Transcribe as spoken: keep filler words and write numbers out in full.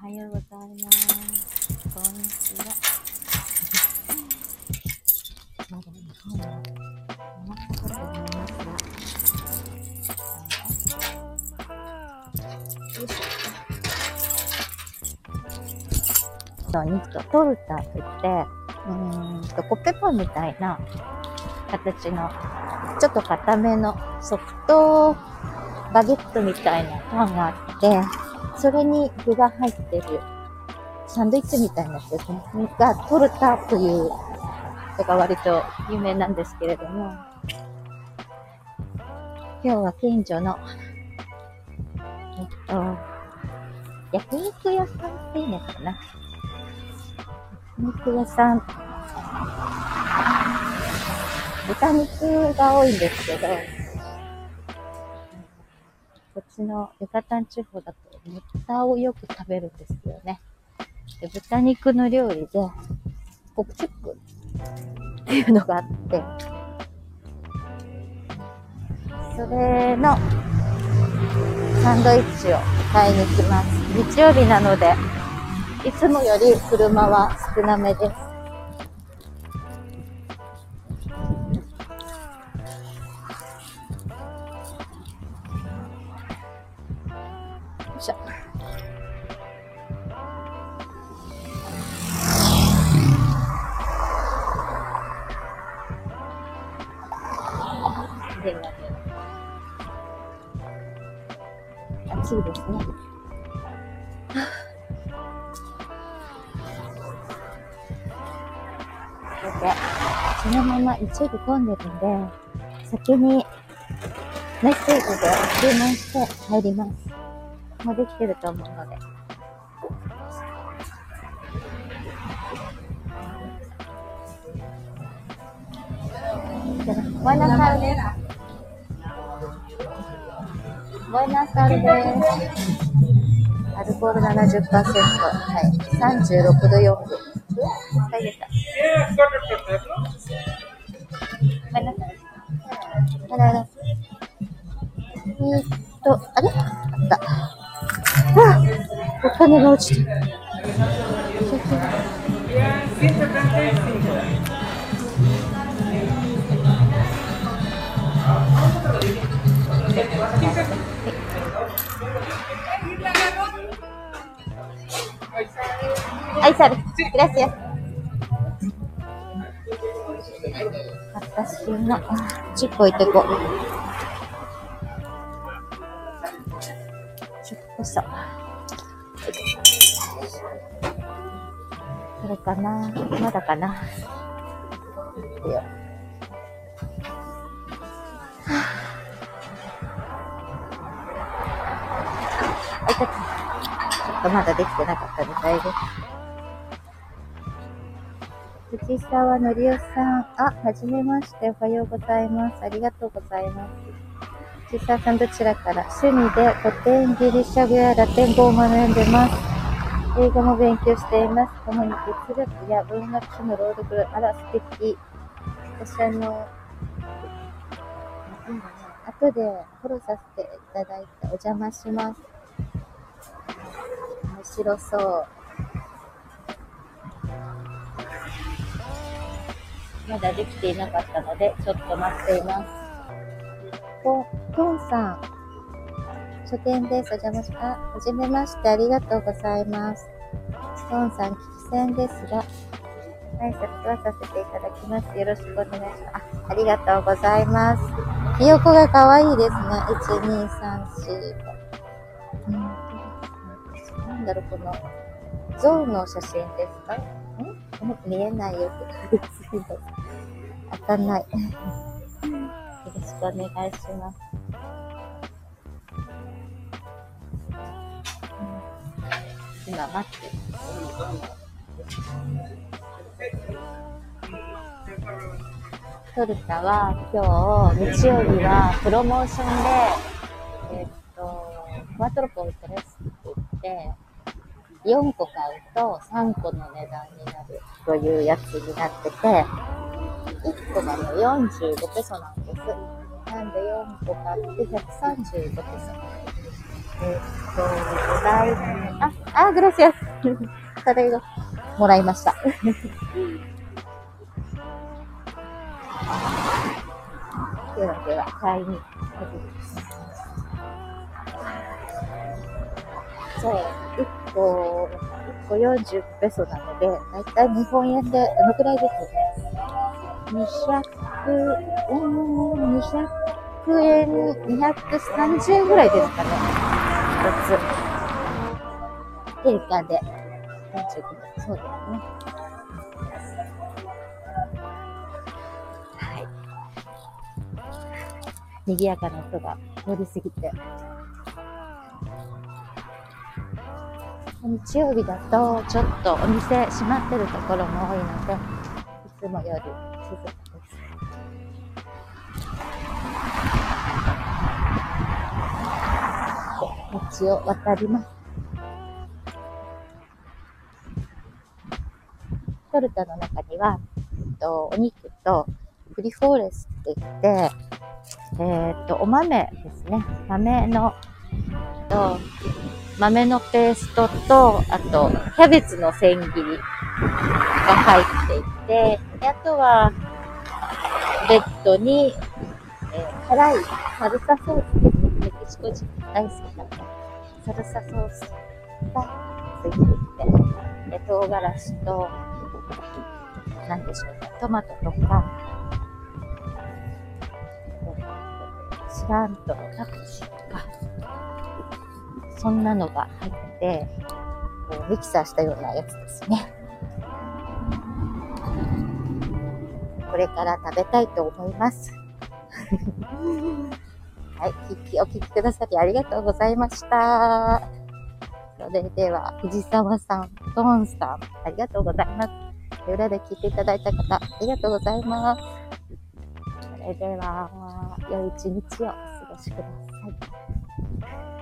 はようございます。こんにちは。まだ日本はお腹かと思いますが、よいしょ。そう、ニットトルタといって、うーんとコッペパンみたいな形のちょっと固めのソフトバゲットみたいなパンがあって、それに具が入ってるサンドイッチみたいなやつですね。がトルタというのが割と有名なんですけれども、今日は近所のえっと焼肉屋さんっていうのかな。焼肉屋さん、豚肉が多いんですけど、こっちのユカタン地方だと豚をよく食べるんですよね。で、豚肉の料理でポクチュックっていうのがあって、それのサンドイッチを買いに来ます。日曜日なので、いつもより車は少なめです。よいしょ。では暑いですね。で、そのまま一部混んでるんで、先にメッセージで注文して入ります。もうできてると思うので。Buenas tardes. Buenas tardes. アルコール ななじゅっパーセント。はい。さんじゅうろくどよんぶ。下げた。Buenas tardes. あらあら。えーっと、あれあった。あ、お金が落ちた。はい、サル。Gracias。私のチップ置いてこう。チップさ。これかな、まだかな。いや。あ、いた。ちょっとまだできてなかったみたいです。藤沢のりおさん、あ、はじめまして、おはようございます。ありがとうございます。藤沢さん、どちらから？趣味で古典ギリシャ語やラテン語を学んでます。英語も勉強しています。主に哲学や文学書の朗読。あら、素敵。私、あの、後でフォローさせていただいてお邪魔します。面白そう。まだできていなかったので、ちょっと待っています。トンさん、書店です。お邪魔します。あ、はじめまして、ありがとうございます。トンさん、聞き戦ですが、挨拶はさせていただきます。よろしくお願いします。あ、ありがとうございます。ひよこがかわいいですね。いち、に、さん、し。うん、なんだろう、この、象の写真ですか？ん？見えないよって感じです。開かない。よろしくお願いします。今待ってる。トルタは今日日曜日はプロモーションで、えっと、クワトロポルトレスって言って、よんこ買うとさんこの値段になるというやつになってて、いっこがねよんじゅうごペソなんです。なんでよんこ買ってひゃくさんじゅうごペソ。えっと、だい、 あ、あ、グラシアス。それをもらいました。ではでは、買いに。じゃあ、いっこ、いっこよんじゅうペソなので、だいたい日本円でどのくらいですね。にひゃく、うーん、にひゃくえん、にひゃくさんじゅうえんぐらいですかね。一つ。定価で。よんじゅうごえん、そうですね。はい。賑やかな人が通り過ぎて。日曜日だとちょっとお店閉まってるところも多いので、いつもより静かです。道を渡ります。トルタの中には、えっと、お肉とフリフォーレスって言って、えっと、お豆ですね。豆の、と豆のペーストと、あと、キャベツの千切りが入っていて、であとは、ベッドに、えー、辛いサルサソースですね。メキシコ人大好きなサルサソースがついていて、で唐辛子と、なんでしょうね、トマトとか、シラントのパクチーとか、そんなのが入って、こうミキサーしたようなやつですね。これから食べたいと思います。はい、お聞きくださりありがとうございました。それでは、藤沢さん、トーンさん、ありがとうございます。裏で聞いていただいた方、ありがとうございます。それでは、良い一日をお過ごしください。